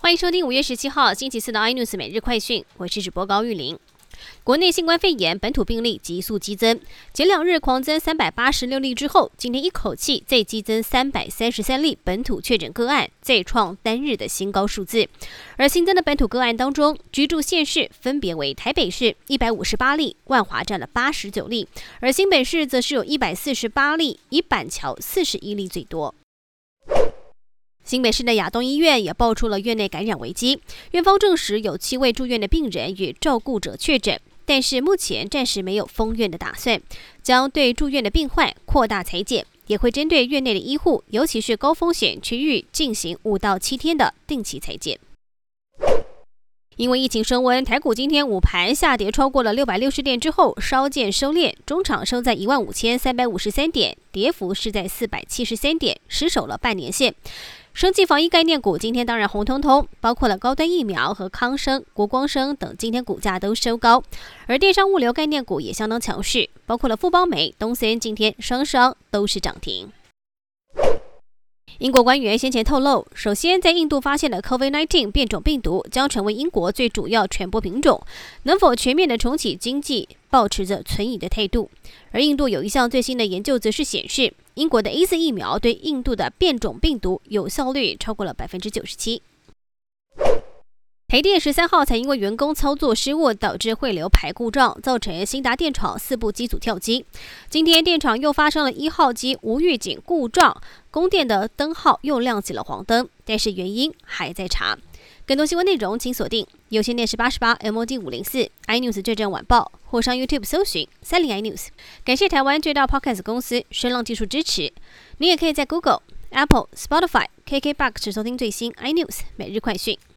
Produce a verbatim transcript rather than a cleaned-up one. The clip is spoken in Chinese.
欢迎收听五月十七号星期四的 iNews 每日快讯，我是主播高玉玲。国内新冠肺炎本土病例急速激增，前两日狂增三百八十六例之后，今天一口气再激增三百三十三例本土确诊个案，再创单日的新高数字。而新增的本土个案当中，居住县市分别为台北市一百五十八例，万华占了八十九例，而新北市则是有一百四十八例，以板桥四十一例最多。新北市的亚东医院也爆出了院内感染危机，院方证实有七位住院的病人与照顾者确诊，但是目前暂时没有封院的打算，将对住院的病患扩大采检，也会针对院内的医护，尤其是高风险区域进行五到七天的定期采检。因为疫情升温，台股今天午盘下跌超过了六百六十点之后稍见收敛，中场收在一万五千三百五十三点，跌幅是在四百七十三点，失守了半年线。生技防疫概念股今天当然红彤彤，包括了高端疫苗和康生、国光生等，今天股价都收高。而电商物流概念股也相当强势，包括了富邦媒、东森，今天双双都是涨停。英国官员先前透露，首先在印度发现的 COVID 十九 变种病毒将成为英国最主要传播品种，能否全面的重启经济，抱持着存疑的态度。而印度有一项最新的研究则是显示，英国的 A 四 疫苗对印度的变种病毒有效率超过了 百分之九十七。台电十三号才因为员工操作失误导致汇流排故障，造成新达电厂四部机组跳机。今天电厂又发生了一号机无预警故障，供电的灯号又亮起了黄灯，但是原因还在查。更多新闻内容请锁定有线电视八十八 M O D 五零四 iNews 这阵晚报，或上 YouTube 搜寻三零 iNews。感谢台湾最大 Podcast 公司声浪技术支持。你也可以在 Google、Apple、Spotify、K K B O X 收听最新 iNews 每日快讯。